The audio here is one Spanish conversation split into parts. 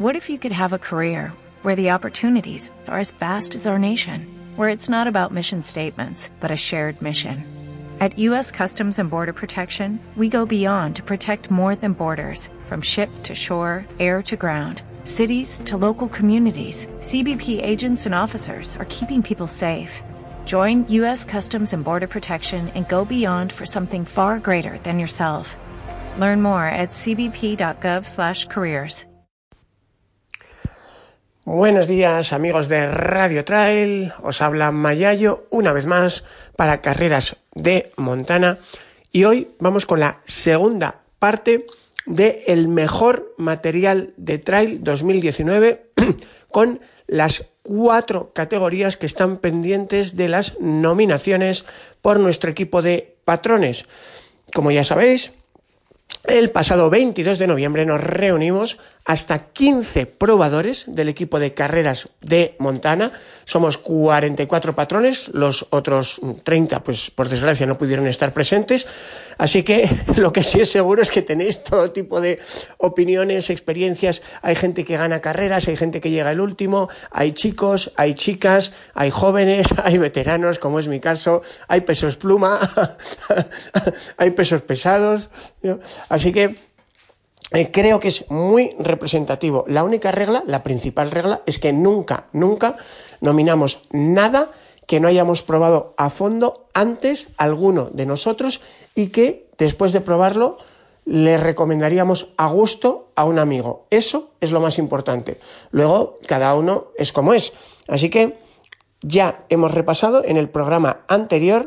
What if you could have a career where the opportunities are as vast as our nation, where it's not about mission statements, but a shared mission? At U.S. Customs and Border Protection, we go beyond to protect more than borders, from ship to shore, air to ground, cities to local communities. CBP agents and officers are keeping people safe. Join U.S. Customs and Border Protection and go beyond for something far greater than yourself. Learn more at cbp.gov/careers. Buenos días, amigos de Radio Trail. Os habla Mayayo una vez más para Carreras de Montana y hoy vamos con la segunda parte de el mejor material de trail 2019 con las 4 categorías que están pendientes de las nominaciones por nuestro equipo de patrones. Como ya sabéis, el pasado 22 de noviembre nos reunimos hasta 15 probadores del equipo de Carreras de Montana. Somos 44 patrones, los otros 30, pues por desgracia no pudieron estar presentes. Así que lo que sí es seguro es que tenéis todo tipo de opiniones, experiencias. Hay gente que gana carreras, hay gente que llega el último, hay chicos, hay chicas, hay jóvenes, hay veteranos, como es mi caso, hay pesos pluma, hay pesos pesados. Así que creo que es muy representativo. La única regla, la principal regla, es que nunca nominamos nada que no hayamos probado a fondo antes alguno de nosotros y que después de probarlo le recomendaríamos a gusto a un amigo. Eso es lo más importante. Luego, cada uno es como es. Así que ya hemos repasado en el programa anterior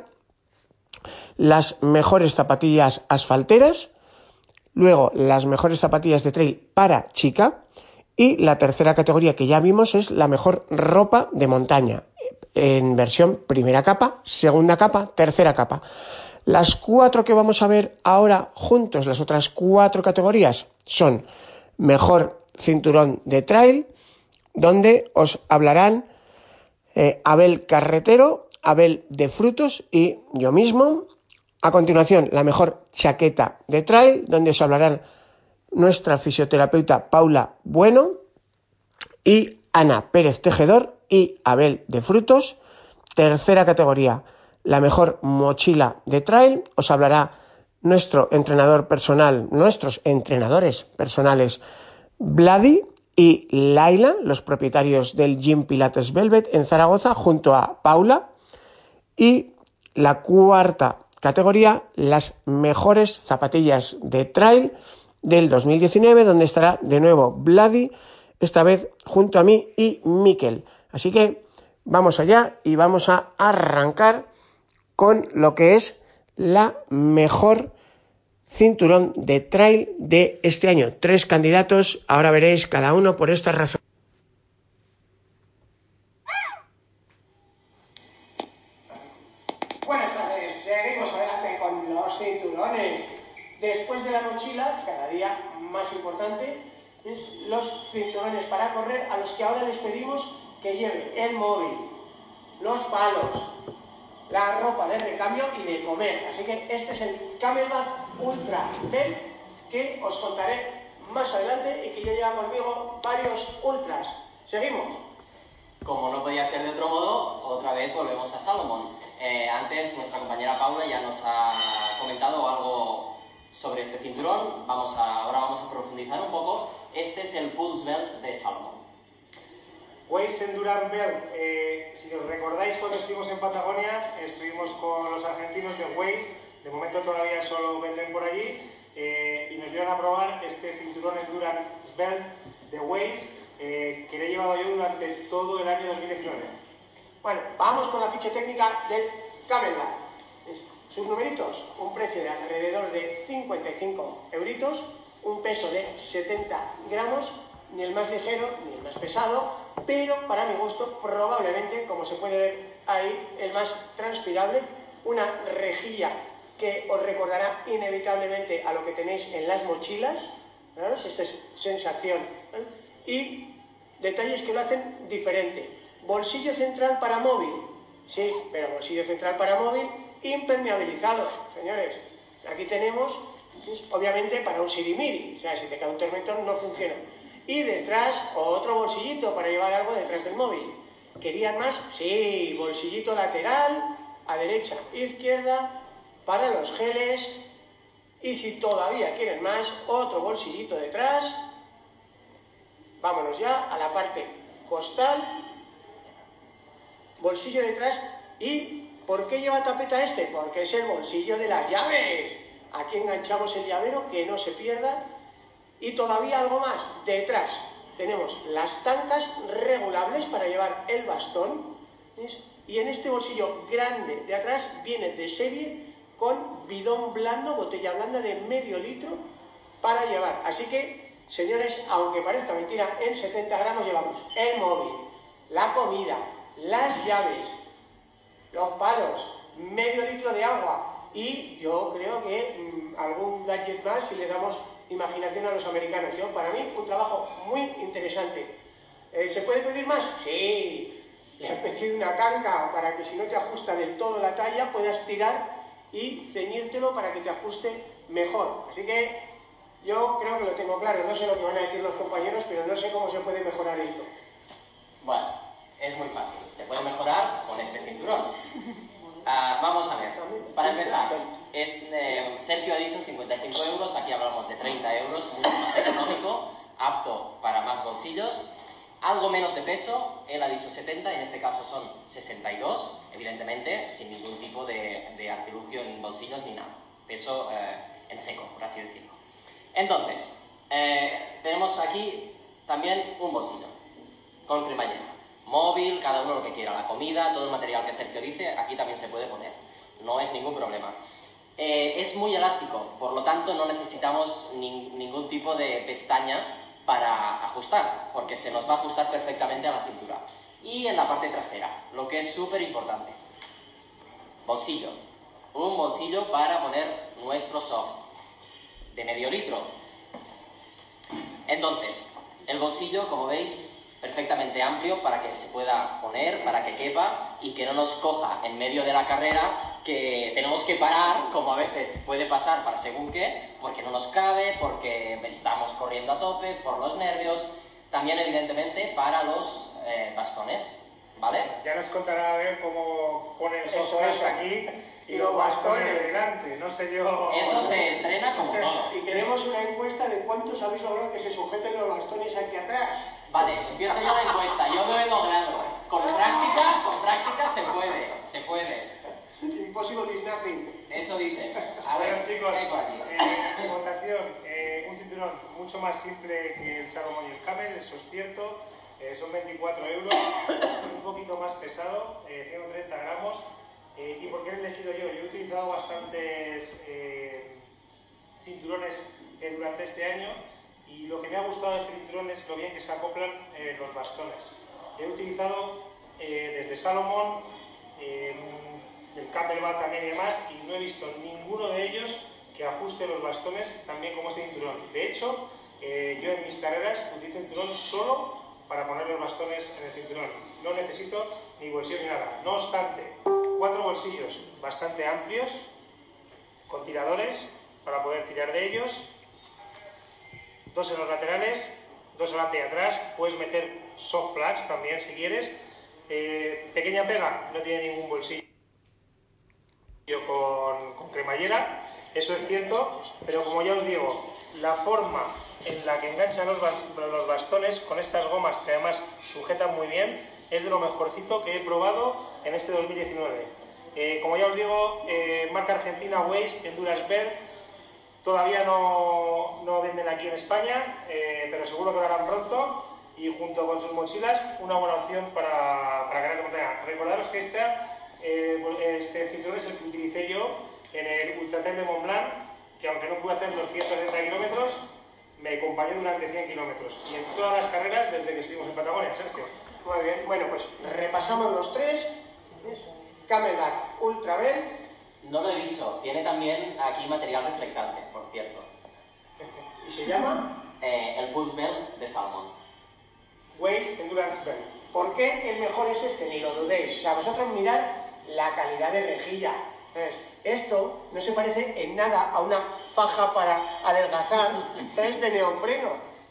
las mejores zapatillas asfalteras, luego las mejores zapatillas de trail para chica y la tercera categoría que ya vimos es la mejor ropa de montaña en versión primera capa, segunda capa, tercera capa. Las 4 que vamos a ver ahora juntos, las otras 4 categorías son mejor cinturón de trail, donde os hablarán Abel Carretero, Abel de Frutos y yo mismo. A continuación, la mejor chaqueta de trail, donde os hablarán nuestra fisioterapeuta Paula Bueno y Ana Pérez Tejedor y Abel de Frutos. Tercera categoría, la mejor mochila de trail, os hablará nuestro entrenador personal, nuestros entrenadores personales Vladi y Laila, los propietarios del Gym Pilates Velvet en Zaragoza, junto a Paula. Y la cuarta categoría, las mejores zapatillas de trail del 2019, donde estará de nuevo Vladi, esta vez junto a mí y Miquel. Así que vamos allá y vamos a arrancar con lo que es la mejor cinturón de trail de este año. 3 candidatos, ahora veréis cada uno por esta razón. Buenas tardes, seguimos adelante con los cinturones. Después de la mochila, cada día más importante, es los cinturones para correr, a los que ahora les pedimos que lleven el móvil, los palos, la ropa de recambio y de comer. Así que este es el CamelBak Ultra Belt, que os contaré más adelante y que ya lleva conmigo varios ultras. Seguimos. Como no podía ser de otro modo, otra vez volvemos a Salomon. Antes nuestra compañera Paula ya nos ha comentado algo sobre este cinturón. Ahora vamos a profundizar un poco. Este es el Pulse Belt de Salomon. Waze Endurance Belt, si os recordáis cuando estuvimos en Patagonia, estuvimos con los argentinos de Waze, de momento todavía solo venden por allí, y nos dieron a probar este cinturón Endurance Belt de Waze, que le he llevado yo durante todo el año 2019. Bueno, vamos con la ficha técnica del CamelBak. Sus numeritos, un precio de alrededor de 55 euritos, un peso de 70 gramos, ni el más ligero ni el más pesado, pero para mi gusto probablemente, como se puede ver ahí, el más transpirable, una rejilla que os recordará inevitablemente a lo que tenéis en las mochilas, ¿no? Esta es sensación, ¿eh? Y detalles que lo hacen diferente. Bolsillo central para móvil, sí, pero bolsillo central para móvil impermeabilizado, señores. Aquí tenemos, obviamente, para un sirimiri, o sea, si te cae un tormentón no funciona. Y detrás otro bolsillito para llevar algo detrás del móvil. ¿Querían más? Sí, bolsillito lateral, a derecha e izquierda, para los geles. Y si todavía quieren más, otro bolsillito detrás. Vámonos ya a la parte costal. Bolsillo detrás. ¿Y por qué lleva tapeta este? Porque es el bolsillo de las llaves. Aquí enganchamos el llavero, que no se pierda. Y todavía algo más. Detrás tenemos las tantas regulables para llevar el bastón. ¿Ves? Y en este bolsillo grande de atrás viene de serie con bidón blando, botella blanda de medio litro para llevar. Así que, señores, aunque parezca mentira, en 70 gramos llevamos el móvil, la comida, las llaves, los palos, medio litro de agua y yo creo que algún gadget más si le damos imaginación a los americanos. Para mí, un trabajo muy interesante. ¿Se puede pedir más? Sí. Le he metido una canca para que si no te ajusta del todo la talla puedas tirar y ceñírtelo para que te ajuste mejor. Así que yo creo que lo tengo claro. No sé lo que van a decir los compañeros, pero no sé cómo se puede mejorar esto. Bueno, es muy fácil. Se puede mejorar con este cinturón. Vamos a ver. Para empezar, Sergio ha dicho 55 euros, aquí hablamos de 30 euros, mucho más económico, apto para más bolsillos. Algo menos de peso, él ha dicho 70, en este caso son 62, evidentemente, sin ningún tipo de artilugio en bolsillos ni nada. Peso en seco, por así decirlo. Entonces, tenemos aquí también un bolsillo con cremallera. Móvil, cada uno lo que quiera, la comida, todo el material que Sergio dice, aquí también se puede poner. No es ningún problema. Es muy elástico, por lo tanto no necesitamos ningún tipo de pestaña para ajustar, porque se nos va a ajustar perfectamente a la cintura. Y en la parte trasera, lo que es súper importante, bolsillo. Un bolsillo para poner nuestro soft, de medio litro. Entonces, el bolsillo, como veis, perfectamente amplio para que se pueda poner, para que quepa y que no nos coja en medio de la carrera que tenemos que parar, como a veces puede pasar para según qué, porque no nos cabe, porque estamos corriendo a tope, por los nervios. También, evidentemente, para los bastones, ¿vale? Ya nos contará a ver cómo ponen esos aquí y los bastones delante, no sé yo. Eso se entrena como todo. Y queremos una encuesta de cuántos habéis logrado que se sujeten los bastones aquí atrás. Vale, empiezo yo la encuesta, yo me he logrado. Con práctica se puede. Impossible is nothing. Eso dice. A ver, chicos, ¿qué hay por aquí? votación, un cinturón mucho más simple que el Salomon y el Camel, eso es cierto. Son 24 euros, un poquito más pesado, 130 gramos. ¿Y por qué lo he elegido yo? Yo he utilizado bastantes cinturones durante este año y lo que me ha gustado de este cinturón es lo bien que se acoplan los bastones. He utilizado desde Salomon, el Camelback también y demás, y no he visto ninguno de ellos que ajuste los bastones tan bien como este cinturón. De hecho, yo en mis carreras utilizo cinturón solo para poner los bastones en el cinturón. No necesito ni bolsillo ni nada. No obstante, 4 bolsillos bastante amplios, con tiradores para poder tirar de ellos, 2 en los laterales, 2 adelante y atrás. Puedes meter soft flags también si quieres. Pequeña pega, no tiene ningún bolsillo con cremallera, eso es cierto, pero como ya os digo, la forma en la que enganchan los bastones con estas gomas que además sujetan muy bien es de lo mejorcito que he probado en este 2019. Como ya os digo, marca argentina Waze, Endurance Belt, todavía no venden aquí en España, pero seguro que lo harán pronto, y junto con sus mochilas una buena opción para carreras de montaña. Recordaros que este cinturón es el que utilicé yo en el Ultra Trail de Mont Blanc, que aunque no pude hacer los 170 kilómetros, me acompañó durante 100 kilómetros. Y en todas las carreras desde que estuvimos en Patagonia, Sergio. Muy bien, bueno, pues repasamos los 3. Camelback Ultra Belt. No lo he dicho, tiene también aquí material reflectante, por cierto. ¿Y se llama? El Pulse Belt de Salomon. Waze Endurance Belt. ¿Por qué el mejor es este? Ni lo dudéis. O sea, vosotros mirad la calidad de rejilla. Esto no se parece en nada a una faja para adelgazar, es de neopreno.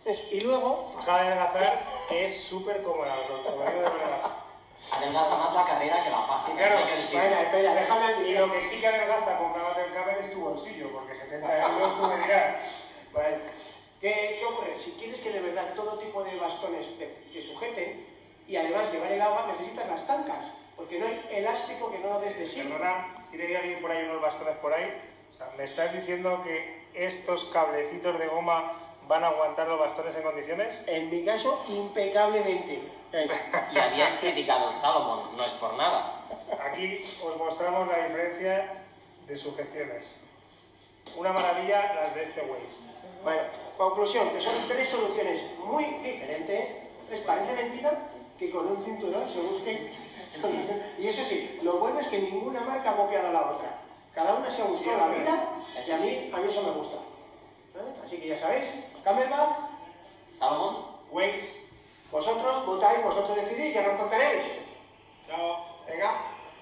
Y luego... Fajada de adelgazar es súper cómoda, lo digo de verdad. Adelgaza más la carrera que la faja. Y claro, bueno, espera, déjame... Y lo que sí que adelgaza comprándote el Camel es tu bolsillo, porque 70 euros tú me dirás. Vale. ¿Qué ocurre? Si quieres que de verdad todo tipo de bastones te sujeten y además llevar el agua, necesitas las tancas, porque no hay elástico que no lo des de sí. Perdona, ¿tiene alguien por ahí unos bastones por ahí? O sea, ¿me estás diciendo que estos cablecitos de goma van a aguantar los bastones en condiciones? En mi caso, impecablemente. Y habías criticado el Salomon, no es por nada. Aquí os mostramos la diferencia de sujeciones. Una maravilla las de este Waze. Bueno, conclusión, que son tres soluciones muy diferentes. Entonces parece mentira que con un cinturón se busquen. Y eso sí, lo bueno es que ninguna marca ha copiado a la otra. Cada una se ha buscado la vida y a mí eso me gusta. Así que ya sabéis, Camelback, Salomon, Waze. Vosotros votáis, vosotros decidís, ya nos contaréis. Chao. Venga.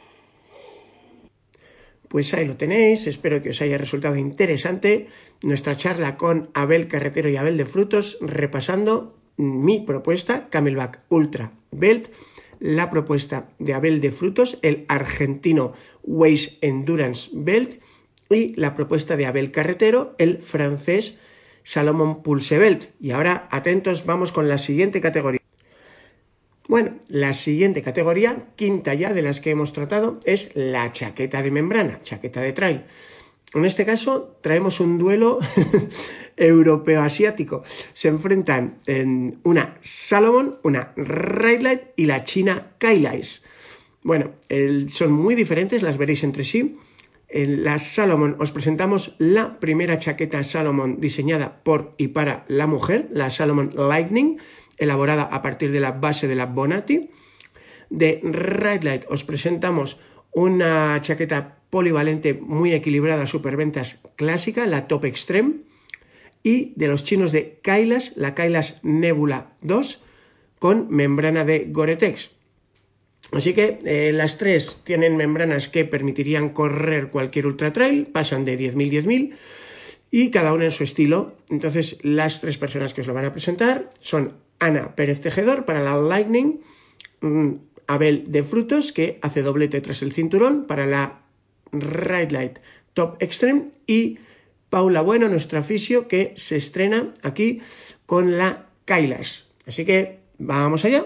Pues ahí lo tenéis, espero que os haya resultado interesante nuestra charla con Abel Carretero y Abel de Frutos, repasando mi propuesta, Camelback Ultra Belt, la propuesta de Abel de Frutos, el argentino Waze Endurance Belt, y la propuesta de Abel Carretero, el francés Salomon Pulse Belt. Y ahora, atentos, vamos con la siguiente categoría. Bueno, la siguiente categoría, quinta ya de las que hemos tratado, es la chaqueta de membrana, chaqueta de trail. En este caso traemos un duelo europeo-asiático. Se enfrentan en una Salomon, una Ride y la china Kylais. Bueno, son muy diferentes, las veréis entre sí. En la Salomon os presentamos la primera chaqueta Salomon diseñada por y para la mujer, la Salomon Lightning, elaborada a partir de la base de la Bonatti. De Ride os presentamos una chaqueta polivalente muy equilibrada, superventas clásica, la Top Extreme. Y de los chinos de Kailas, la Kailas Nebula 2 con membrana de Gore-Tex. Así que las tres tienen membranas que permitirían correr cualquier ultra trail, pasan de 10.000 y cada una en su estilo. Entonces las tres personas que os lo van a presentar son Ana Pérez Tejedor para la Lightning, Abel de Frutos, que hace doblete tras el cinturón para la Ride Light Top Extreme, y Paula Bueno, nuestra fisio, que se estrena aquí con la Kailas. Así que vamos allá.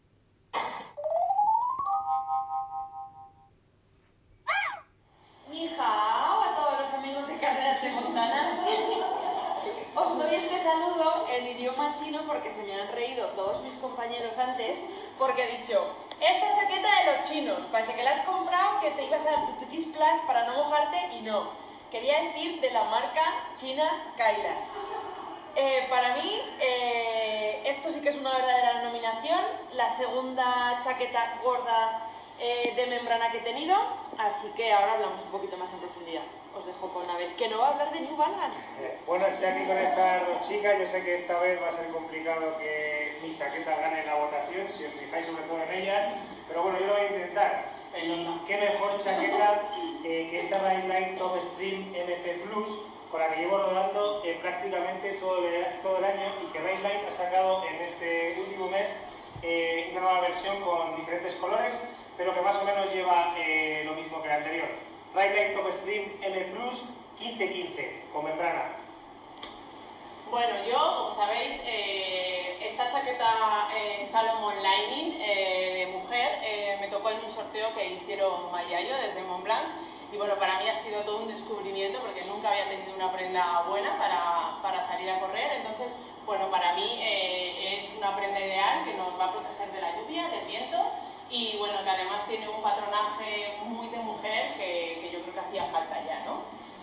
Porque se me han reído todos mis compañeros antes, porque he dicho, esta chaqueta de los chinos, parece que la has comprado, que te ibas a dar tu Tutis Plus para no mojarte, y no. Quería decir de la marca china Kailas. Para mí, esto sí que es una verdadera nominación, la segunda chaqueta gorda de membrana que he tenido, así que ahora hablamos un poquito más en profundidad. Os dejo con Abel, que no va a hablar de New Balance. Bueno, estoy aquí con estas dos chicas. Yo sé que esta vez va a ser complicado que mi chaqueta gane la votación, si os fijáis sobre todo en ellas, pero bueno, yo lo voy a intentar. Y qué mejor chaqueta que esta Ride Light Top Extreme MP Plus, con la que llevo rodando prácticamente todo el año, y que Ride Light ha sacado en este último mes una nueva versión con diferentes colores, pero que más o menos lleva lo mismo que la anterior. Ride Light Top Extreme M Plus 1515 con membrana. Bueno, yo, como sabéis, esta chaqueta Salomon Lightning de mujer me tocó en un sorteo que hicieron Mayayo desde Montblanc, y bueno, para mí ha sido todo un descubrimiento porque nunca había tenido una prenda buena para salir a correr. Entonces, bueno, para mí es una prenda ideal que nos va a proteger de la lluvia, del viento, y bueno, que además tiene un patronaje muy de mujer que yo creo que hacía falta ya, ¿no?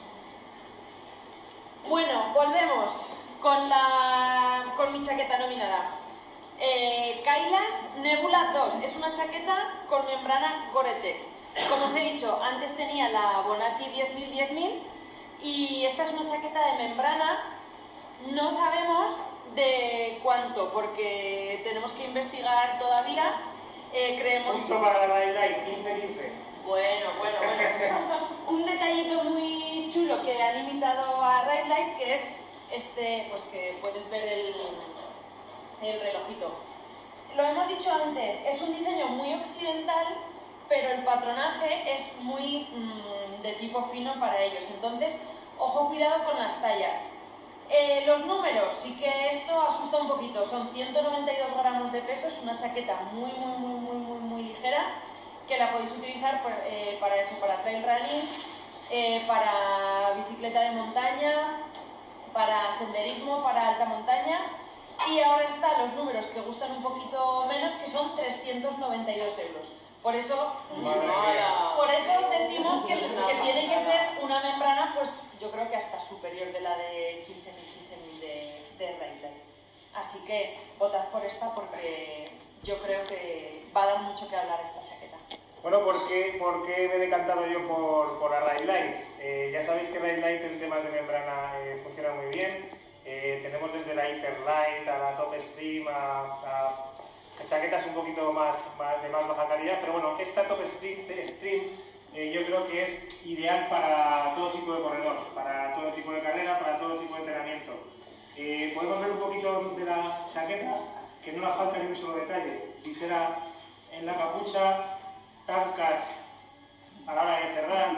Bueno, volvemos con mi chaqueta nominada. Kailas Nebula 2 es una chaqueta con membrana Gore-Tex. Como os he dicho, antes tenía la Bonatti 10.000 y esta es una chaqueta de membrana. No sabemos de cuánto, porque tenemos que investigar todavía. Creemos Punto para la Ride Light 15-15. Bueno. Un detallito muy chulo que han imitado a Ride Light, que es pues que puedes ver el relojito. Lo hemos dicho antes, es un diseño muy occidental, pero el patronaje es muy de tipo fino para ellos. Entonces, ojo, cuidado con las tallas. Los números, sí que esto asusta un poquito. Son 192 gramos de peso, es una chaqueta muy ligera, que la podéis utilizar para eso, para trail running, para bicicleta de montaña, para senderismo, para alta montaña. Y ahora están los números que gustan un poquito menos, que son 392 euros. Por eso decimos que tiene que ser una membrana, pues yo creo que hasta superior de la de 15.000 de Raidlight. Así que votad por esta porque yo creo que va a dar mucho que hablar esta chaqueta. Bueno, ¿por qué me he decantado yo por la Raidlight? Ya sabéis que Raidlight en temas de membrana funciona muy bien. Tenemos desde la Hyperlight a la Top Stream a chaquetas un poquito más de más baja calidad, pero bueno, esta Top Stream yo creo que es ideal para todo tipo de corredor, para todo tipo de carrera, para todo tipo de entrenamiento. Podemos ver un poquito de la chaqueta, que no le falta ni un solo detalle. Visera en la capucha, tancas a la hora de cerrar.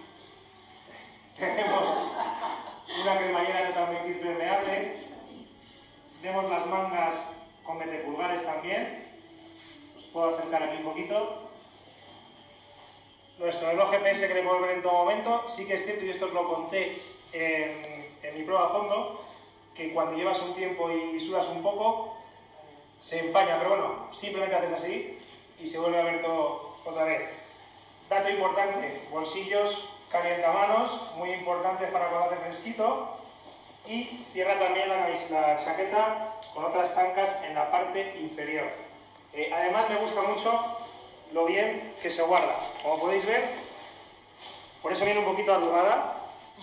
Tenemos una cremallera totalmente impermeable. Vemos las mangas con metepulgares también. Os puedo acercar aquí un poquito. Nuestro reloj GPS que le podemos ver en todo momento. Sí que es cierto, y esto os lo conté en mi prueba a fondo, que cuando llevas un tiempo y sudas un poco, se empaña, pero bueno, simplemente haces así y se vuelve a ver todo otra vez. Dato importante, bolsillos calientamanos, muy importantes para cuando hace fresquito, y cierra también la chaqueta con otras tancas en la parte inferior. Además me gusta mucho lo bien que se guarda, como podéis ver, por eso viene un poquito arrugada,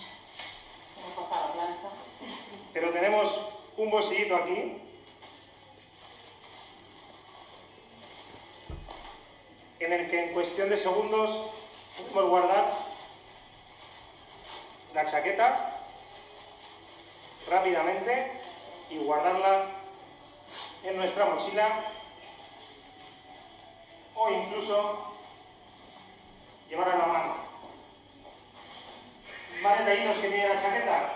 pero tenemos un bolsillito aquí en el que en cuestión de segundos podemos guardar la chaqueta rápidamente y guardarla en nuestra mochila o incluso llevarla a la mano. Más detallitos que tiene la chaqueta.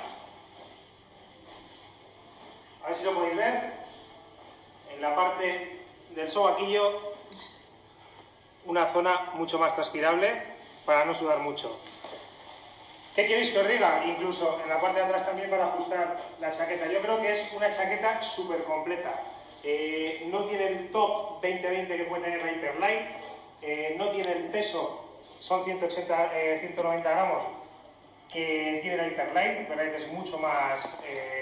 A ver si lo podéis ver. En la parte del sobaquillo, una zona mucho más transpirable para no sudar mucho. ¿Qué queréis que os diga? Incluso en la parte de atrás también para ajustar la chaqueta. Yo creo que es una chaqueta súper completa. No tiene el top 20-20 que puede tener la Hyperlight. No tiene el peso, son 190 gramos que tiene la Hyperlight. La Hyperlight es mucho más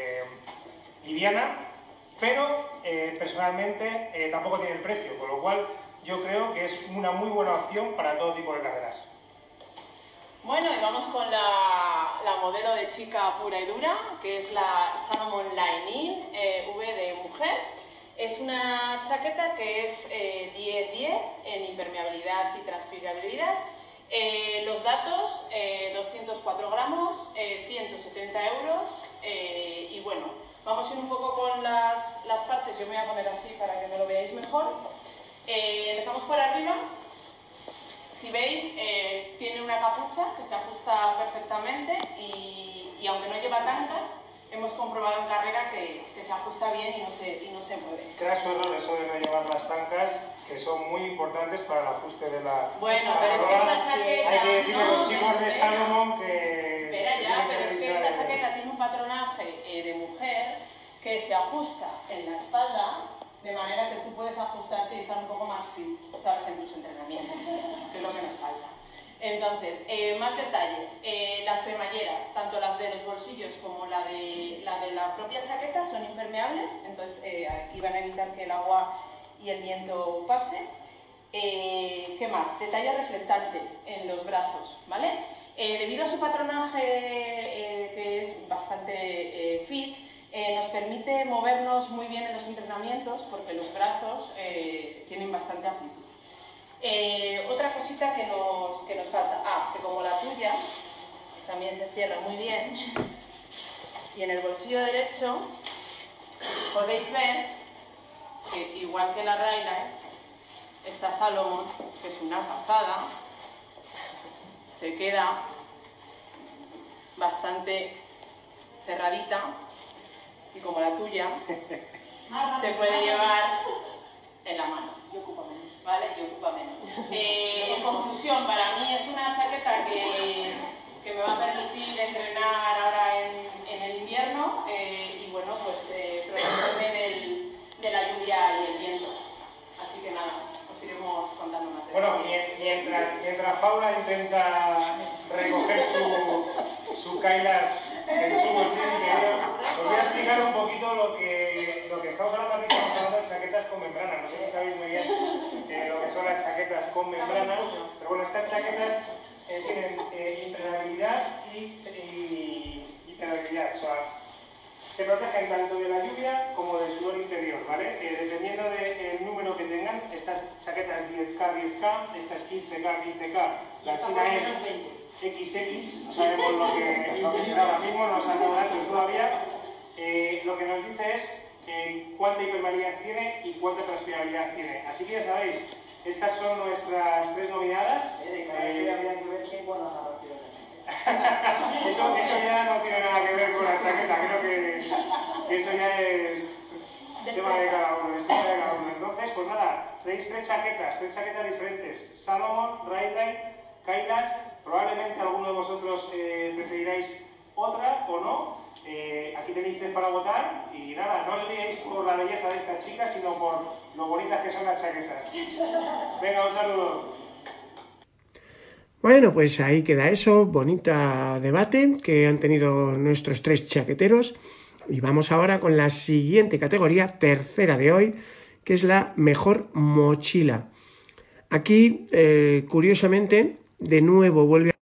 liviana, pero personalmente tampoco tiene el precio, con lo cual yo creo que es una muy buena opción para todo tipo de carreras. Bueno, y vamos con la modelo de chica pura y dura, que es la Salomon Line-In V de mujer. Es una chaqueta que es 10-10 en impermeabilidad y transpirabilidad. Los datos, 204 gramos, 170 euros. Y bueno, vamos a ir un poco con las partes. Yo me voy a poner así para que me lo veáis mejor. Empezamos por arriba. Si veis, tiene una capucha que se ajusta perfectamente y aunque no lleva tancas, hemos comprobado en carrera que se ajusta bien y no se mueve. Craso error eso de no llevar las tancas, que son muy importantes para el ajuste de la... Bueno, pero es que esta chaqueta... Hay que decirle a los chicos de Salomon que... Espera ya, pero es que esta chaqueta tiene un patronaje de mujer que se ajusta en la espalda, de manera que tú puedes ajustarte y estar un poco más fit, ¿sabes?, en tus entrenamientos, que es lo que nos falta. Entonces, más detalles. Las cremalleras, tanto las de los bolsillos como la de la propia chaqueta, son impermeables, entonces aquí van a evitar que el agua y el viento pase. ¿Qué más? Detalles reflectantes en los brazos, ¿vale? Debido a su patronaje, que es bastante fit, nos permite movernos muy bien en los entrenamientos porque los brazos tienen bastante amplitud. Otra cosita que nos falta, que como la tuya también se cierra muy bien, Y en el bolsillo derecho podéis ver que, igual que la Raylight, esta Salomon, que es una pasada, se queda bastante cerradita y como la tuya se puede llevar en la mano. Y ocupa menos. ¿Vale? Y ocupa menos. En conclusión, para mí es una chaqueta que me va a permitir entrenar ahora en el invierno y bueno, pues protegerme de la lluvia y el viento. Así que nada, os iremos contando más. Bueno, mientras Paula intenta recoger su Kailas en su bolsillo interior, os voy a explicar un poquito lo que estamos hablando aquí. Estamos hablando de chaquetas con membrana. No sé si sabéis muy bien lo que son las chaquetas con membrana, pero bueno, estas chaquetas tienen impermeabilidad y permeabilidad. O sea, se protegen tanto de la lluvia como del sudor interior, ¿vale? Dependiendo del número que tengan, esta chaqueta es 10K, 10K, esta es 15K, 15K, la china es XX, no sabemos lo que será ahora mismo, no sabemos datos todavía. Lo que nos dice es cuánta hipermeabilidad tiene y cuánta transpirabilidad tiene. Así que ya sabéis, estas son nuestras 3 nominadas. Habría que ver quién guarda la partida. Eso ya no tiene nada que ver con la chaqueta, creo que eso ya es tema de cada uno, Entonces, pues nada, tenéis 3 chaquetas diferentes: Salomon, Raylight, Kailas. Probablemente alguno de vosotros preferiráis otra o no. Aquí tenéis 3 para votar y nada, no os guiéis por la belleza de esta chica, sino por lo bonitas que son las chaquetas. Venga, un saludo. Bueno, pues ahí queda eso, bonita debate que han tenido nuestros 3 chaqueteros. Y vamos ahora con la siguiente categoría, tercera de hoy, que es la mejor mochila. Aquí, curiosamente, de nuevo vuelve a...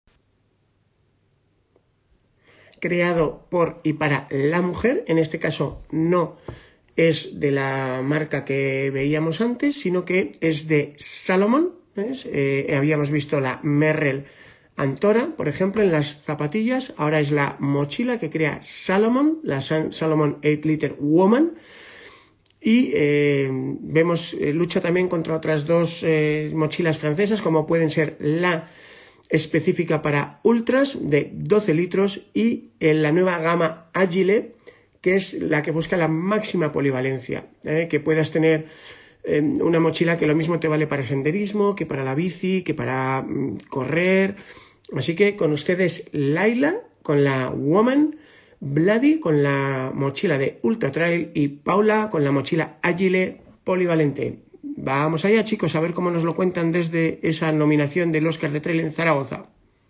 creado por y para la mujer. En este caso no es de la marca que veíamos antes, sino que es de Salomon. Habíamos visto la Merrell Antora, por ejemplo, en las zapatillas. Ahora es la mochila que crea Salomon, la Salomon 8 Liter Woman. Y vemos, lucha también contra otras 2 mochilas francesas, como pueden ser la específica para ultras de 12 litros y en la nueva gama Agile, que es la que busca la máxima polivalencia, que puedas tener una mochila que lo mismo te vale para senderismo, que para la bici, que para correr. Así que con ustedes Laila con la Woman, Vladi con la mochila de Ultra Trail y Paula con la mochila Agile polivalente. Vamos allá, chicos, a ver cómo nos lo cuentan desde esa nominación del Oscar de Trail en Zaragoza.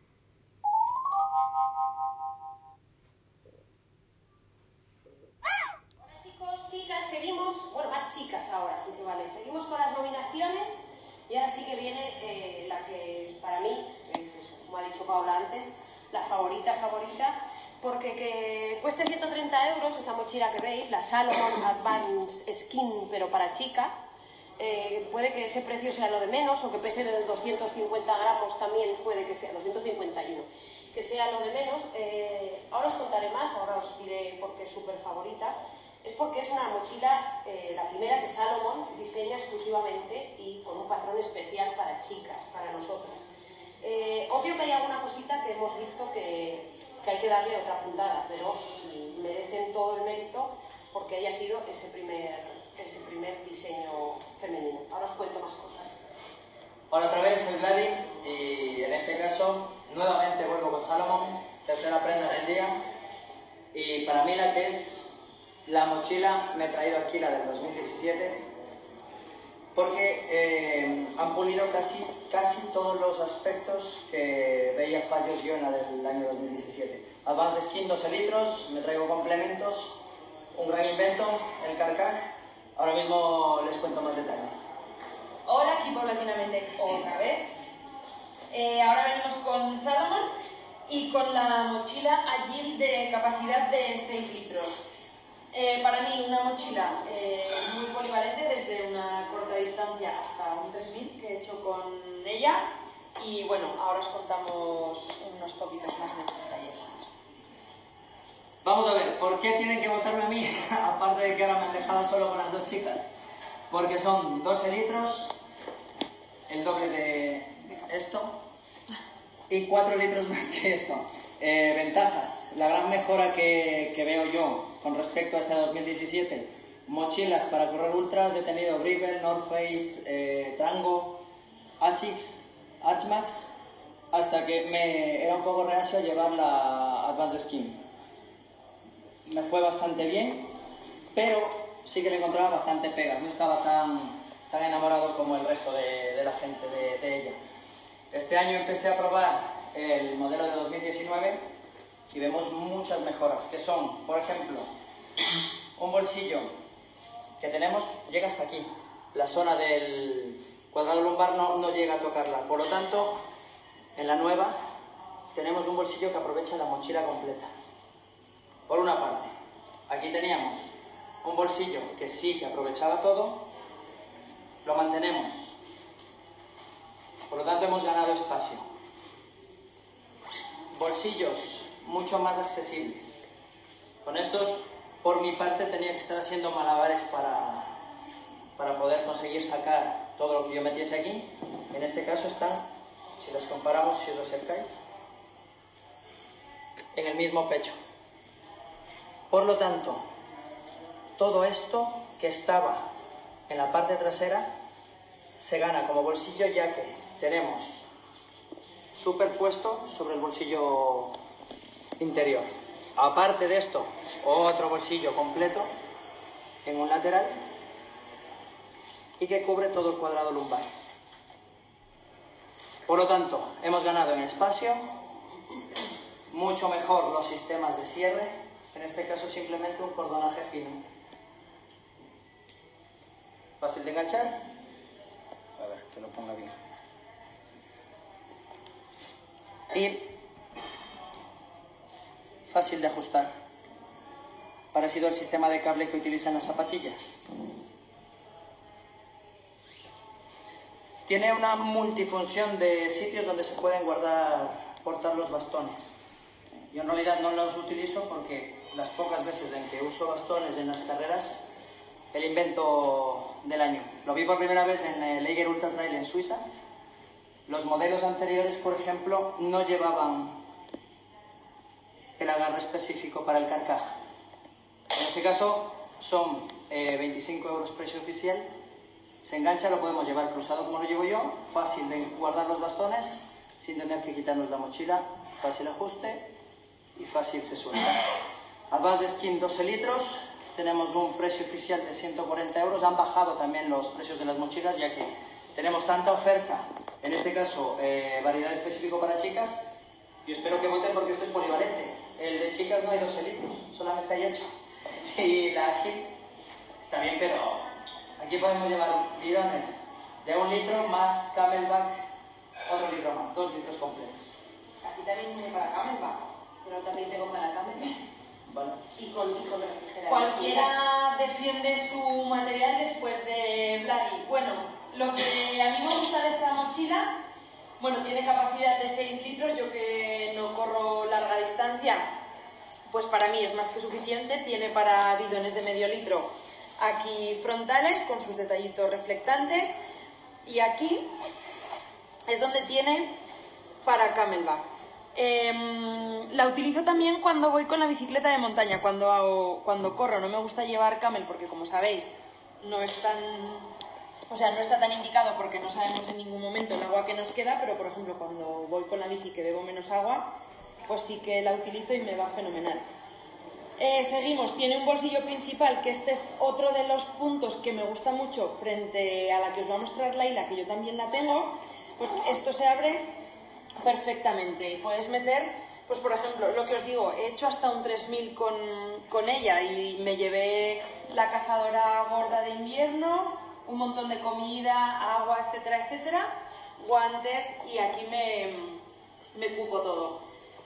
Hola chicos, chicas, seguimos, bueno, más chicas ahora, si se vale. Seguimos con las nominaciones y ahora sí que viene la que para mí es eso, como ha dicho Paula antes, la favorita, porque que cueste 130 euros esta mochila que veis, la Salomon Advanced Skin, pero para chica. Puede que ese precio sea lo de menos o que pese de 250 gramos también puede que sea 251, que sea lo de menos. Ahora os contaré más, ahora os diré por qué es súper favorita. Es porque es una mochila, la primera que Salomon diseña exclusivamente y con un patrón especial para chicas, para nosotras. Obvio que hay alguna cosita que hemos visto que hay que darle otra puntada, pero merecen todo el mérito porque haya sido ese primer diseño femenino. Ahora os cuento más cosas. Hola otra vez, soy Vladi y en este caso nuevamente vuelvo con Salomon, tercera prenda del día, y para mí la que es la mochila, me he traído aquí la del 2017 porque han pulido casi todos los aspectos que veía fallos yo en la del año 2017. Advanced Skin 12 litros, me traigo complementos, un gran invento, el Carcaj. Ahora mismo les cuento más detalles. Hola, aquí paulatinamente otra vez. Ahora venimos con Salomon y con la mochila Agile de capacidad de 6 litros. Para mí una mochila muy polivalente desde una corta distancia hasta un 3000 que he hecho con ella. Y bueno, ahora os contamos unos poquitos más de detalles. Vamos a ver, ¿por qué tienen que votarme a mí? Aparte de que ahora me han dejado solo con las dos chicas. Porque son 12 litros, el doble de esto, y 4 litros más que esto. Ventajas. La gran mejora que veo yo con respecto a este 2017. Mochilas para correr ultras. He tenido Grivel, North Face, Trango, Asics, Archmax, hasta que me era un poco reacio a llevar la Advanced Skin. Me fue bastante bien, pero sí que le encontraba bastante pegas. No estaba tan enamorado como el resto de la gente de ella. Este año empecé a probar el modelo de 2019 y vemos muchas mejoras, que son, por ejemplo, un bolsillo que tenemos llega hasta aquí. La zona del cuadrado lumbar no llega a tocarla. Por lo tanto, en la nueva tenemos un bolsillo que aprovecha la mochila completa. Por una parte, aquí teníamos un bolsillo que sí que aprovechaba todo, lo mantenemos. Por lo tanto, hemos ganado espacio. Bolsillos mucho más accesibles. Con estos, por mi parte, tenía que estar haciendo malabares para poder conseguir sacar todo lo que yo metiese aquí. En este caso están, si los comparamos, si os acercáis, en el mismo pecho. Por lo tanto, todo esto que estaba en la parte trasera se gana como bolsillo, ya que tenemos superpuesto sobre el bolsillo interior. Aparte de esto, otro bolsillo completo en un lateral y que cubre todo el cuadrado lumbar. Por lo tanto, hemos ganado en espacio, mucho mejor los sistemas de cierre. En este caso simplemente un cordonaje fino. Fácil de enganchar. A ver, que lo ponga bien. Y fácil de ajustar. Parecido al sistema de cable que utilizan las zapatillas. Tiene una multifunción de sitios donde se pueden portar los bastones. Yo en realidad no los utilizo porque las pocas veces en que uso bastones en las carreras, el invento del año. Lo vi por primera vez en el Eiger Ultra Trail en Suiza. Los modelos anteriores, por ejemplo, no llevaban el agarre específico para el carcaj. En este caso son 25 euros precio oficial. Se engancha, lo podemos llevar cruzado como lo llevo yo. Fácil de guardar los bastones sin tener que quitarnos la mochila. Fácil ajuste y fácil se suelta. Advanced Skin 12 litros, tenemos un precio oficial de 140 euros. Han bajado también los precios de las mochilas, ya que tenemos tanta oferta, en este caso variedad específico para chicas. Y espero que voten porque esto es polivalente. El de chicas no hay 12 litros, solamente hay 8. Y la ágil está bien, pero aquí podemos llevar bidones de 1 litro más Camelback, otro litro más, 2 litros completos. Aquí también tiene para Camelback, pero también tengo para Camelback. Bueno. Y con refrigerador. Cualquiera defiende su material después de Vladi. Bueno, lo que a mí me gusta de esta mochila, bueno, tiene capacidad de 6 litros. Yo que no corro larga distancia, pues para mí es más que suficiente. Tiene para bidones de medio litro aquí frontales con sus detallitos reflectantes, y aquí es donde tiene para Camelback. La utilizo también cuando voy con la bicicleta de montaña, cuando corro. No me gusta llevar Camel porque, como sabéis, no está tan indicado porque no sabemos en ningún momento el agua que nos queda, pero por ejemplo cuando voy con la bici que bebo menos agua, pues sí que la utilizo y me va fenomenal. Seguimos, tiene un bolsillo principal, que este es otro de los puntos que me gusta mucho frente a la que os va a mostrar Laila, que yo también la tengo. Pues esto se abre perfectamente y puedes meter, pues por ejemplo, lo que os digo, he hecho hasta un 3000 con ella, y me llevé la cazadora gorda de invierno, un montón de comida, agua, etcétera, etcétera, guantes, y aquí me cupo todo.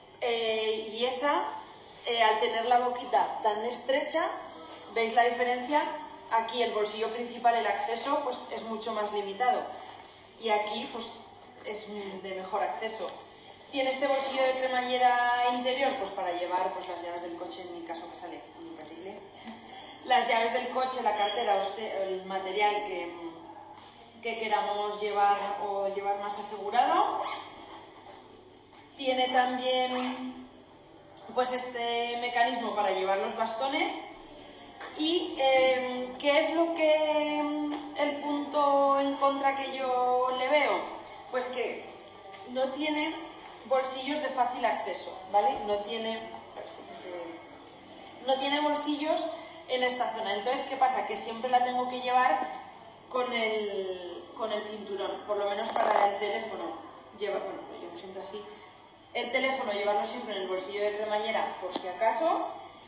Y esa, al tener la boquita tan estrecha, ¿veis la diferencia? Aquí el bolsillo principal, el acceso, pues es mucho más limitado, y aquí pues es de mejor acceso. Tiene este bolsillo de cremallera interior pues para llevar pues las llaves del coche, en mi caso que sale imperdible, las llaves del coche, la cartera, el material que queramos llevar o llevar más asegurado. Tiene también pues este mecanismo para llevar los bastones. Y ¿qué es lo que el punto en contra que yo le veo? Pues que no tiene bolsillos de fácil acceso, ¿vale? No tiene bolsillos en esta zona. Entonces, ¿qué pasa? Que siempre la tengo que llevar con el cinturón, por lo menos para el teléfono. Yo llevo siempre así. El teléfono llevarlo siempre en el bolsillo de cremallera, por si acaso.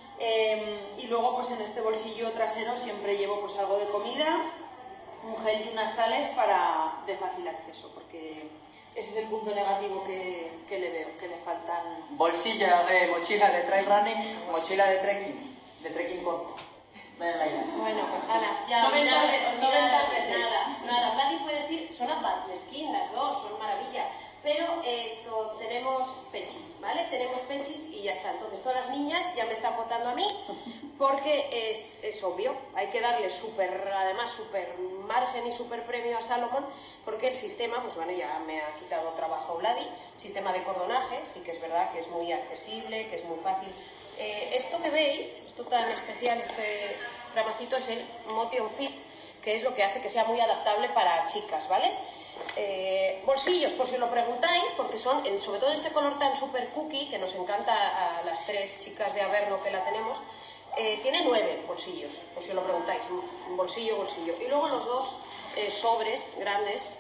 Y luego, pues en este bolsillo trasero siempre llevo pues algo de comida, un gel y unas sales de fácil acceso, porque ese es el punto negativo que le veo, que le faltan. Mochila de trail running, mochila de trekking corto. Bueno, Ana, ya no ventas veces. Nada, Vladi puede decir, son Advanced Skin las dos, son maravilla. Pero tenemos pechis, ¿vale? Tenemos pechis y ya está. Entonces todas las niñas ya me están votando a mí porque es obvio. Hay que darle además súper margen y súper premio a Salomon, porque el sistema, pues bueno, ya me ha quitado trabajo Vladi. Sistema de cordonaje, sí que es verdad que es muy accesible, que es muy fácil. Esto que veis, esto tan especial, este ramacito es el Motion Fit, que es lo que hace que sea muy adaptable para chicas, ¿vale? Bolsillos, por si lo preguntáis, porque son, sobre todo en este color tan super cookie, que nos encanta a las tres chicas de Averno que la tenemos, tiene 9 bolsillos, por si lo preguntáis, bolsillo. Y luego los dos sobres grandes,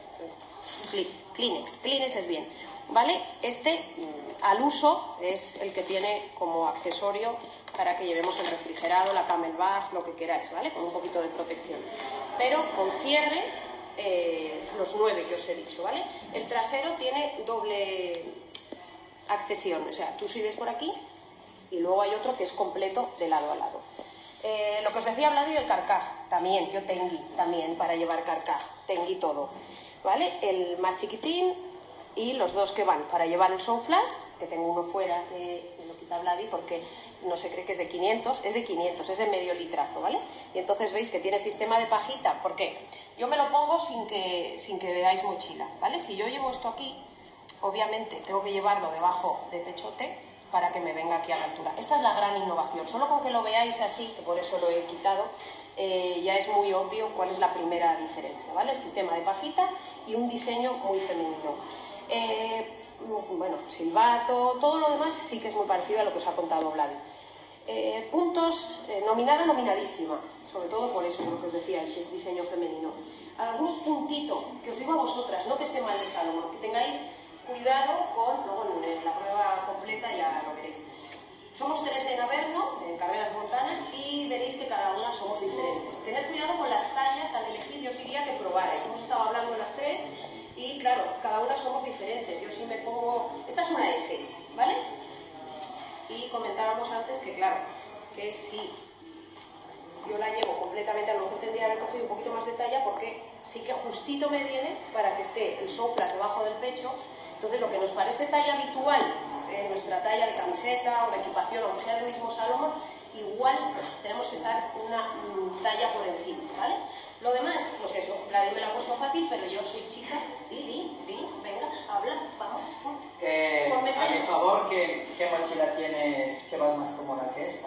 Kleenex es bien, ¿vale? Este, al uso, es el que tiene como accesorio para que llevemos el refrigerado, la Camelback, lo que queráis, ¿vale? Con un poquito de protección, pero con cierre. Los 9 que os he dicho, ¿vale? El trasero tiene doble accesión, o sea, tú subes por aquí y luego hay otro que es completo de lado a lado. Lo que os decía Vladi del carcaj, también, yo tengo también para llevar carcaj, tengo todo, ¿vale? El más chiquitín y los dos que van para llevar el Sound Flash, que tengo uno fuera que me lo quita Vladi porque no se cree que es de 500, es de medio litrazo, ¿vale? Y entonces veis que tiene sistema de pajita. ¿Por qué? Yo me lo pongo sin que veáis mochila, ¿vale? Si yo llevo esto aquí, obviamente tengo que llevarlo debajo de pechote para que me venga aquí a la altura. Esta es la gran innovación. Solo con que lo veáis así, que por eso lo he quitado, ya es muy obvio cuál es la primera diferencia, ¿vale? El sistema de pajita y un diseño muy femenino. Bueno, silbato, todo lo demás sí que es muy parecido a lo que os ha contado Vladi. Puntos, nominadísima, sobre todo por eso, lo que os decía, el diseño femenino. Algún puntito que os digo a vosotras, no que esté mal de Salomon, que tengáis cuidado con, luego en la prueba completa ya lo veréis. Somos 3 en Averno, en carreras de montaña, y veréis que cada una somos diferentes. Tened cuidado con las tallas al elegir, yo os diría que probarais. Hemos estado hablando de las 3 y claro, cada una somos diferentes. Yo sí me pongo, esta es una S, ¿vale? Y comentábamos antes que claro, que si yo la llevo completamente, a lo mejor tendría que haber cogido un poquito más de talla porque sí que justito me viene para que esté el Sound Flash debajo del pecho. Entonces lo que nos parece talla habitual, nuestra talla de camiseta o de equipación, aunque sea del mismo Salomon, igual tenemos que estar una talla por encima, ¿vale? Lo demás, pues eso, la de me la ha puesto fácil, pero yo soy chica, venga, habla, vamos. A mi favor, ¿qué mochila tienes que vas más cómoda que esta?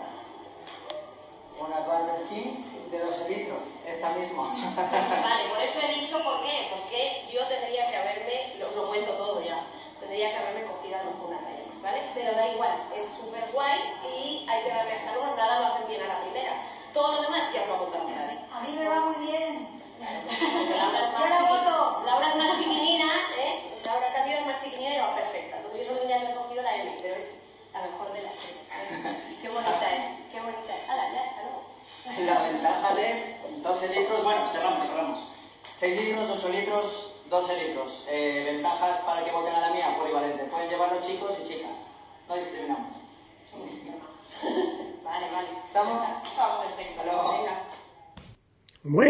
Una Advanced Skin de 12 litros, esta misma. Vale, por eso he dicho por qué, porque yo tendría que haberme, os lo cuento todo ya, tendría que haberme cogido a lo mejor una talla más, ¿vale? Pero da igual, es súper guay y hay que darle a Salomon, nada lo hacen bien a la primera. Todo lo demás ya lo ha contado Vladi. A mí me va muy bien. Laura es más chiquinina, ¿eh? Laura Candido es más chiquinina y va perfecta. Entonces yo solo tendría que haber cogido la M, pero es la mejor de las 3. Y qué bonita es, qué bonita es. ¡Hala, ya está, luego! La ventaja de 12 litros, bueno, cerramos. 6 litros, 8 litros, 12 litros. Ventajas para que voten a la mía, polivalente. Pueden llevarlo chicos y chicas. No discriminamos. Vale. ¿Estamos? Perfecto. Venga.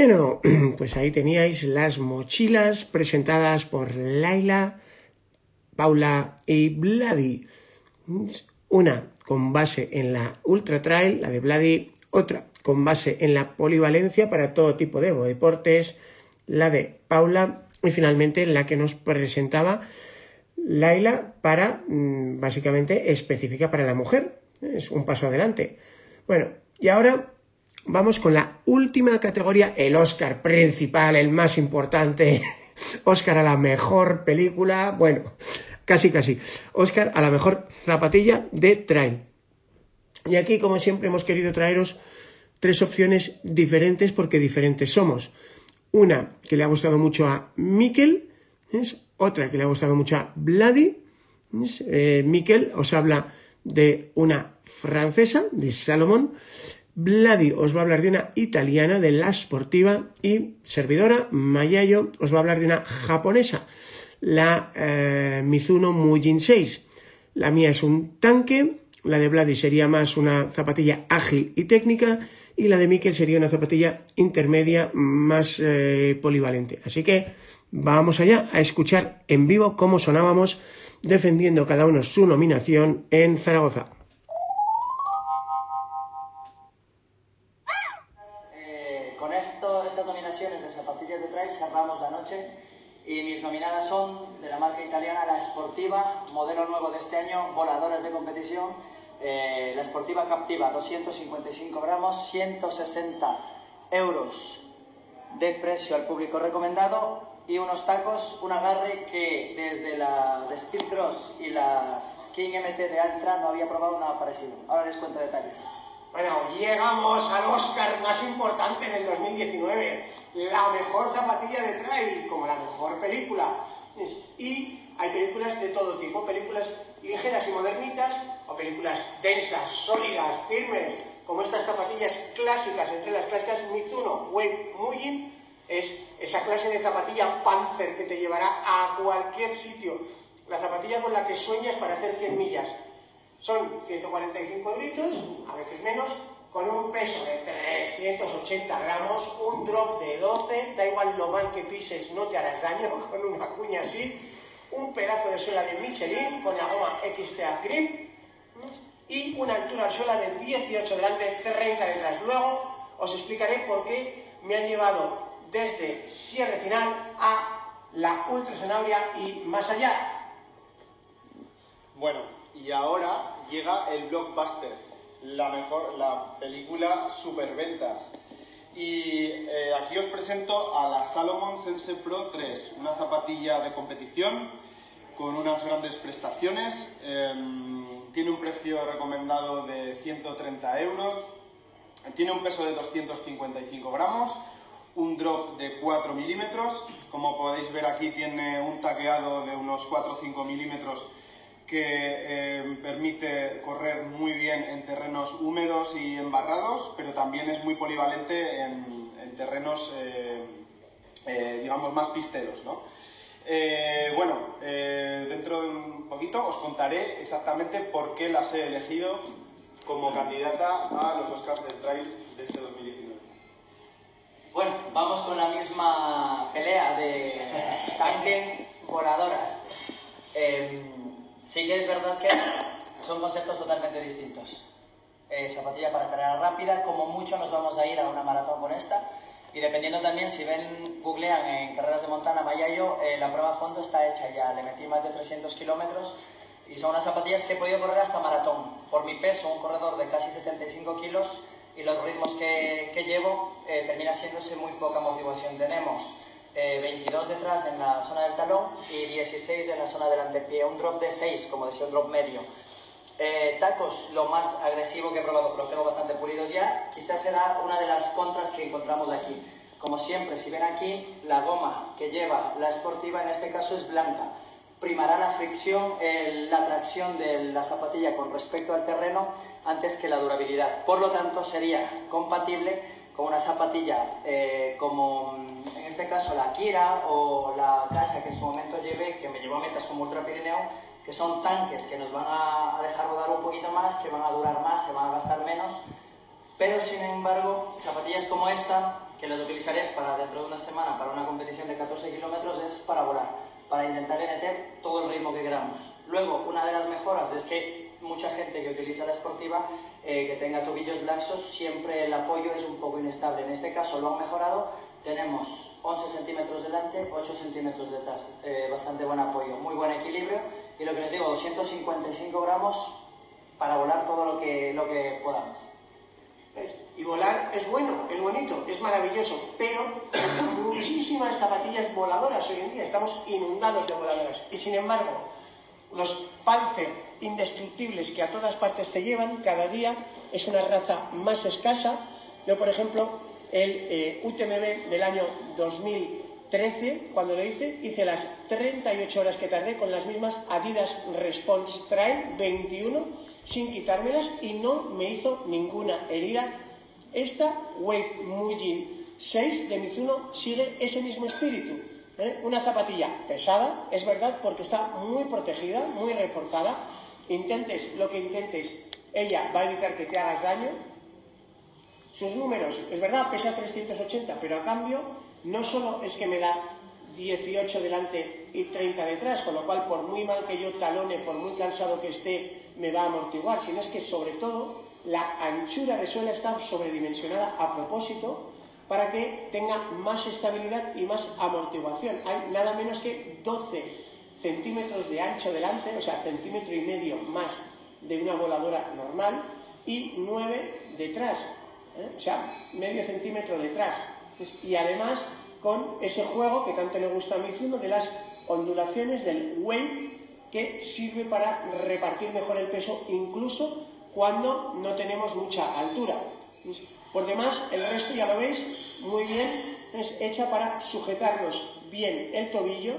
Bueno, pues ahí teníais las mochilas presentadas por Laila Paula y Bloody. Una con base en la Ultra Trail, la de Bloody, otra con base en la polivalencia para todo tipo de deportes, la de Paula, y finalmente la que nos presentaba Laila para, básicamente, específica para la mujer. Es un paso adelante. Bueno, y ahora vamos con la última categoría, el Oscar principal, el más importante. Oscar a la mejor película, bueno, casi. Oscar a la mejor zapatilla de trail. Y aquí, como siempre, hemos querido traeros 3 opciones diferentes porque diferentes somos. Una que le ha gustado mucho a Mikel, otra que le ha gustado mucho a Bloody. Mikel os habla de una francesa, de Salomon. Bloody os va a hablar de una italiana, de La Sportiva, y servidora, Mayayo, os va a hablar de una japonesa, la Mizuno Mujin 6. La mía es un tanque, la de Bloody sería más una zapatilla ágil y técnica, y la de Mikel sería una zapatilla intermedia más polivalente. Así que vamos allá a escuchar en vivo cómo sonábamos defendiendo cada uno su nominación en Zaragoza. Estas nominaciones de zapatillas de trail cerramos la noche y mis nominadas son de la marca italiana La Sportiva, modelo nuevo de este año, voladoras de competición. La Sportiva Captiva, 255 gramos, 160 euros de precio al público recomendado, y unos tacos, un agarre que desde las Speed Cross y las King MT de Altra no había probado nada parecido. Ahora les cuento detalles. Bueno, llegamos al Oscar más importante del 2019, la mejor zapatilla de trail, como la mejor película. Y hay películas de todo tipo, películas ligeras y modernitas, o películas densas, sólidas, firmes, como estas zapatillas clásicas, entre las clásicas Mizuno Wave Mujin. Es esa clase de zapatilla Panzer que te llevará a cualquier sitio, la zapatilla con la que sueñas para hacer 100 millas. Son 145 euritos, a veces menos, con un peso de 380 gramos, un drop de 12, da igual lo mal que pises, no te harás daño con una cuña así, un pedazo de suela de Michelin con la goma XTA Grip y una altura al suela de 18 delante, 30 detrás. Luego os explicaré por qué me han llevado desde Sierra Final a la Ultra Sanabria y más allá. Bueno, y ahora llega el blockbuster, la película superventas. Y aquí os presento a la Salomon Sense Pro 3, una zapatilla de competición con unas grandes prestaciones. Tiene un precio recomendado de 130 euros, tiene un peso de 255 gramos, un drop de 4 milímetros. Como podéis ver aquí, tiene un taqueado de unos 4 o 5 milímetros que permite correr muy bien en terrenos húmedos y embarrados, pero también es muy polivalente en terrenos, digamos, más pisteros, ¿no? Dentro de un poquito os contaré exactamente por qué las he elegido como candidata a los Oscars del Trail de este 2019. Bueno, vamos con la misma pelea de tanque voladoras. Sí que es verdad que son conceptos totalmente distintos. Zapatilla para carrera rápida, como mucho nos vamos a ir a una maratón con esta, y dependiendo también, si googlean en carreras de Montana Mayayo, la prueba a fondo está hecha ya, le metí más de 300 kilómetros y son unas zapatillas que he podido correr hasta maratón. Por mi peso, un corredor de casi 75 kilos y los ritmos que llevo, termina siéndose muy poca motivación. Tenemos 22 detrás en la zona del talón y 16 en la zona del antepié, un drop de 6, como decía, un drop medio. Tacos, lo más agresivo que he probado, los tengo bastante pulidos ya. Quizás será una de las contras que encontramos aquí. Como siempre, si ven aquí, la goma que lleva la Sportiva en este caso es blanca. Primará la fricción, la tracción de la zapatilla con respecto al terreno antes que la durabilidad. Por lo tanto, sería compatible con una zapatilla como en este caso la Kira o la Casa que en su momento llevé, que me llevó a metas como Ultra Pirineo, que son tanques que nos van a dejar rodar un poquito más, que van a durar más, se van a gastar menos, pero sin embargo zapatillas como esta que las utilizaré para dentro de una semana para una competición de 14 kilómetros es para volar, para intentar meter todo el ritmo que queramos. Luego, una de las mejoras es que mucha gente que utiliza la Sportiva, que tenga tobillos laxos, siempre el apoyo es un poco inestable. En este caso lo han mejorado, tenemos 11 centímetros delante, 8 centímetros detrás, bastante buen apoyo, muy buen equilibrio, y lo que les digo, 255 gramos para volar todo lo que podamos. Y volar es bueno, es bonito, es maravilloso, pero hay muchísimas zapatillas voladoras hoy en día, estamos inundados de voladoras. Y sin embargo, los Panzer indestructibles que a todas partes te llevan, cada día es una raza más escasa. Yo, por ejemplo, el UTMB del año 2013, cuando lo hice las 38 horas que tardé con las mismas Adidas Response Trail 21, sin quitármelas, y no me hizo ninguna herida. Esta Wave Muijin 6 de Mizuno sigue ese mismo espíritu. Una zapatilla pesada, es verdad, porque está muy protegida, muy reforzada. Intentes lo que intentes, ella va a evitar que te hagas daño. Sus números, es verdad, pesa 380, pero a cambio no solo es que me da 18 delante y 30 detrás, con lo cual por muy mal que yo talone, por muy cansado que esté, me va a amortiguar, sino es que sobre todo la anchura de suela está sobredimensionada a propósito para que tenga más estabilidad y más amortiguación. Hay nada menos que 12 centímetros de ancho delante, o sea, centímetro y medio más de una voladora normal, y 9 detrás, o sea, medio centímetro detrás. Y además con ese juego que tanto le gusta a Mizuno de las ondulaciones del wave, que sirve para repartir mejor el peso incluso cuando no tenemos mucha altura. Por demás, el resto ya lo veis muy bien, es hecha para sujetarnos bien el tobillo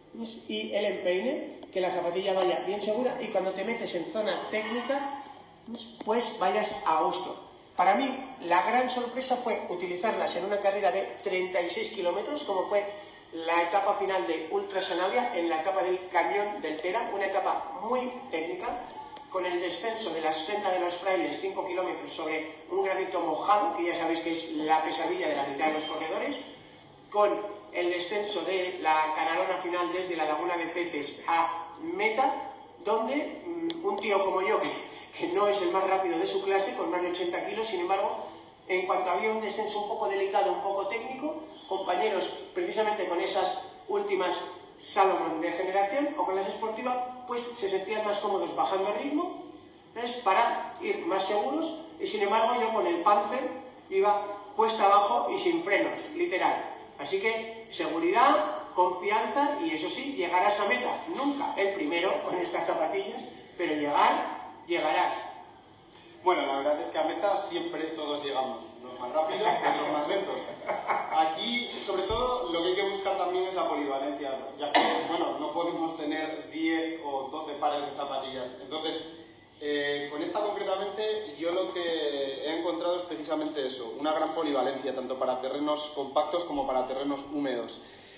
y el empeine, que la zapatilla vaya bien segura y cuando te metes en zona técnica, pues vayas a gusto. Para mí, la gran sorpresa fue utilizarlas en una carrera de 36 kilómetros, como fue la etapa final de Ultra Sanabria, en la etapa del Cañón del Tera, una etapa muy técnica, con el descenso de la senda de los frailes, 5 kilómetros sobre un granito mojado, que ya sabéis que es la pesadilla de la mitad de los corredores, con el descenso de la canalona final desde la Laguna de Peces a meta, donde un tío como yo, que no es el más rápido de su clase, con más de 80 kilos, sin embargo, en cuanto había un descenso un poco delicado, un poco técnico, compañeros precisamente con esas últimas Salomon de generación o con las Sportiva, pues se sentían más cómodos bajando el ritmo, ¿ves? Para ir más seguros, y sin embargo yo con el Panzer iba cuesta abajo y sin frenos, literal. Así que seguridad, confianza y eso sí, llegarás a meta. Nunca el primero con estas zapatillas, pero llegarás. Bueno, la verdad es que a meta siempre todos llegamos, los más rápidos y los más lentos. Aquí, sobre todo, lo que hay que buscar también es la polivalencia, ya que, bueno, no podemos tener 10 o 12 pares de zapatillas. Entonces, con esta concretamente, yo lo que he encontrado es precisamente eso, una gran polivalencia, tanto para terrenos compactos como para terrenos húmedos.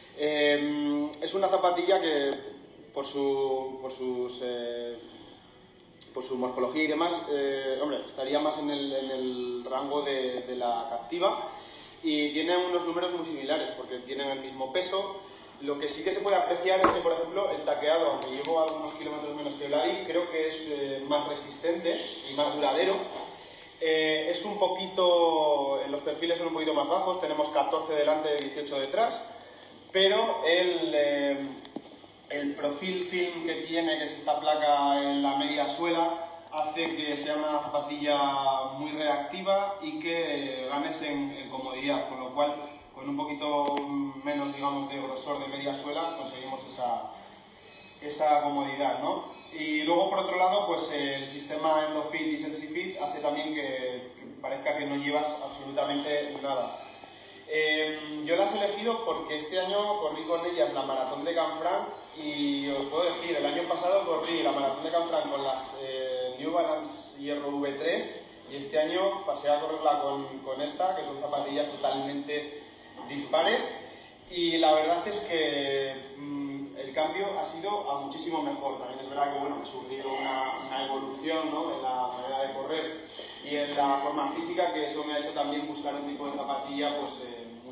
Es una zapatilla que, por su morfología y demás, estaría más en el rango de la Captiva, y tiene unos números muy similares porque tienen el mismo peso. Lo que sí que se puede apreciar es que, por ejemplo, el taqueado, aunque llevo algunos kilómetros menos que Vladi, creo que es más resistente y más duradero. Es un poquito, los perfiles son un poquito más bajos, tenemos 14 delante y 18 detrás, pero el profil film que tiene, que es esta placa en la media suela, hace que sea una zapatilla muy reactiva y que ganes en comodidad, con lo cual, con un poquito menos, digamos, de grosor de media suela, conseguimos esa comodidad, ¿no? Y luego, por otro lado, pues el sistema EndoFit y SensiFit hace también que parezca que no llevas absolutamente nada. Yo las he elegido porque este año corrí con ellas la maratón de Canfranc, y os puedo decir, el año pasado corrí la maratón de Canfranc con las New Balance Hierro V3, y este año pasé a correrla con esta, que son zapatillas totalmente dispares, y la verdad es que el cambio ha sido a muchísimo mejor. También es verdad que, bueno, he sufrido una evolución, ¿no?, en la manera de correr y en la forma física, que eso me ha hecho también buscar un tipo de zapatilla pues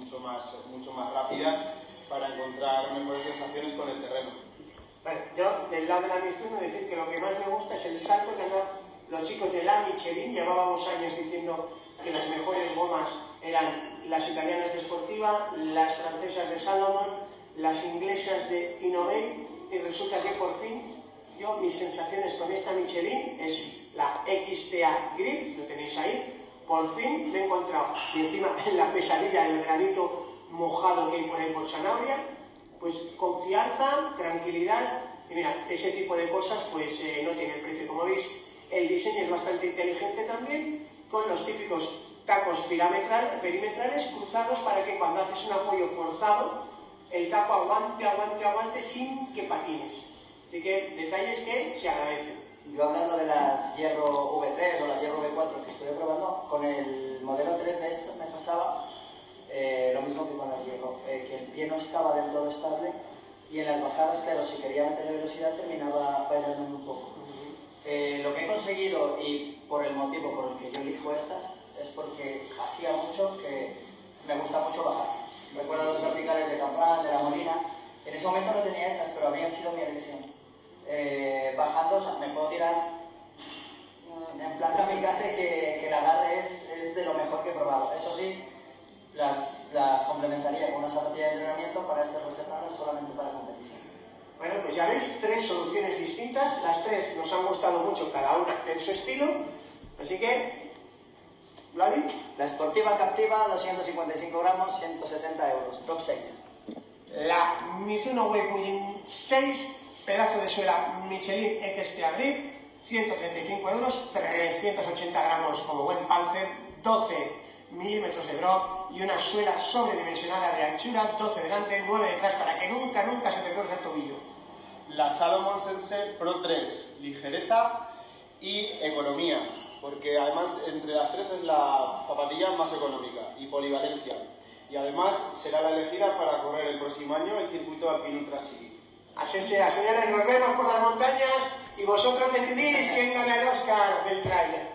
mucho más rápida para encontrar mejores sensaciones con el terreno. Bueno, yo del lado de la Mizuno decir que lo que más me gusta es el salto que han dado los chicos de la Michelin. Llevábamos años diciendo que las mejores gomas eran las italianas de Sportiva, las francesas de Salomon, las inglesas de Innovate, y resulta que por fin mis sensaciones con esta Michelin es la XTA Grip, lo tenéis ahí. Por fin me he encontrado, y encima en la pesadilla del granito mojado que hay por ahí por Sanabria, pues confianza, tranquilidad, y mira, ese tipo de cosas pues no tiene precio. Como veis, el diseño es bastante inteligente también, con los típicos tacos perimetrales cruzados para que cuando haces un apoyo forzado, el taco aguante sin que patines. Así que detalles que se agradecen. Yo hablando de las Hierro V3 o las Hierro V4 que estoy probando, con el modelo 3 de estas me pasaba lo mismo que con las Hierro, que el pie no estaba del todo estable y en las bajadas, claro, si quería meter velocidad terminaba bailando un poco. Lo que he conseguido, y por el motivo por el que yo elijo estas, es porque hacía mucho que me gusta mucho bajar. Recuerdo los verticales de Canfranc, de La Molina. En ese momento no tenía estas, pero habrían sido mi elección. Bajando, o sea, me puedo tirar en plan kamikaze, que el agarre es de lo mejor que he probado. Eso sí, las complementaría con una zapatilla de entrenamiento para estas reservadas solamente para competición. Bueno, pues ya veis, 3 soluciones distintas, las 3 nos han gustado mucho, cada una en su estilo, así que, ¿Vladi? La Sportiva Captiva, 255 gramos, 160 euros, top 6. La Mizuno Waypoint 6, pedazo de suela Michelin XTA Grip, 135 euros, 380 gramos como buen Panzer, 12 milímetros de drop y una suela sobredimensionada de anchura, 12 delante, 9 detrás, para que nunca se te cruce el tobillo. La Salomon Sense Pro 3, ligereza y economía, porque además entre las tres es la zapatilla más económica, y polivalencia. Y además será la elegida para correr el próximo año el circuito Alpine Ultra Chiqui. Así sea, señores, nos vemos por las montañas y vosotros decidís quién gana el Oscar del tráiler.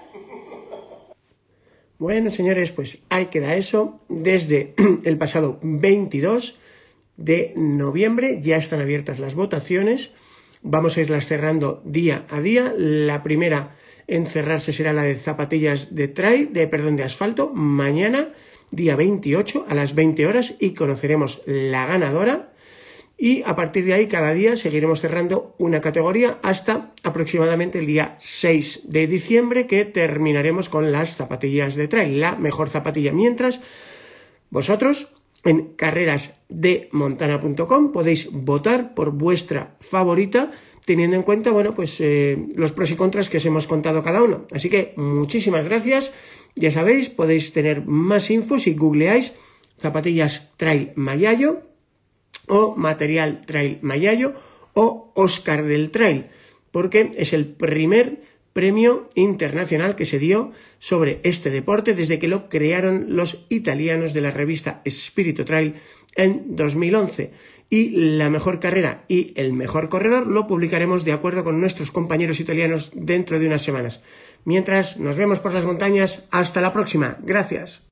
Bueno, señores, pues ahí queda eso. Desde el pasado 22 de noviembre ya están abiertas las votaciones. Vamos a irlas cerrando día a día. La primera en cerrarse será la de zapatillas de asfalto, mañana, día 28 a las 20 horas, y conoceremos la ganadora. Y a partir de ahí, cada día seguiremos cerrando una categoría hasta aproximadamente el día 6 de diciembre, que terminaremos con las zapatillas de trail, la mejor zapatilla. Mientras, vosotros en carrerasdemontana.com podéis votar por vuestra favorita, teniendo en cuenta, bueno, pues los pros y contras que os hemos contado cada uno. Así que muchísimas gracias. Ya sabéis, podéis tener más info si googleáis zapatillas Trail Mayallo o material Trail Mayallo o Oscar del Trail, porque es el primer premio internacional que se dio sobre este deporte desde que lo crearon los italianos de la revista Spirito Trail en 2011. Y la mejor carrera y el mejor corredor lo publicaremos de acuerdo con nuestros compañeros italianos dentro de unas semanas. Mientras, nos vemos por las montañas. Hasta la próxima. Gracias.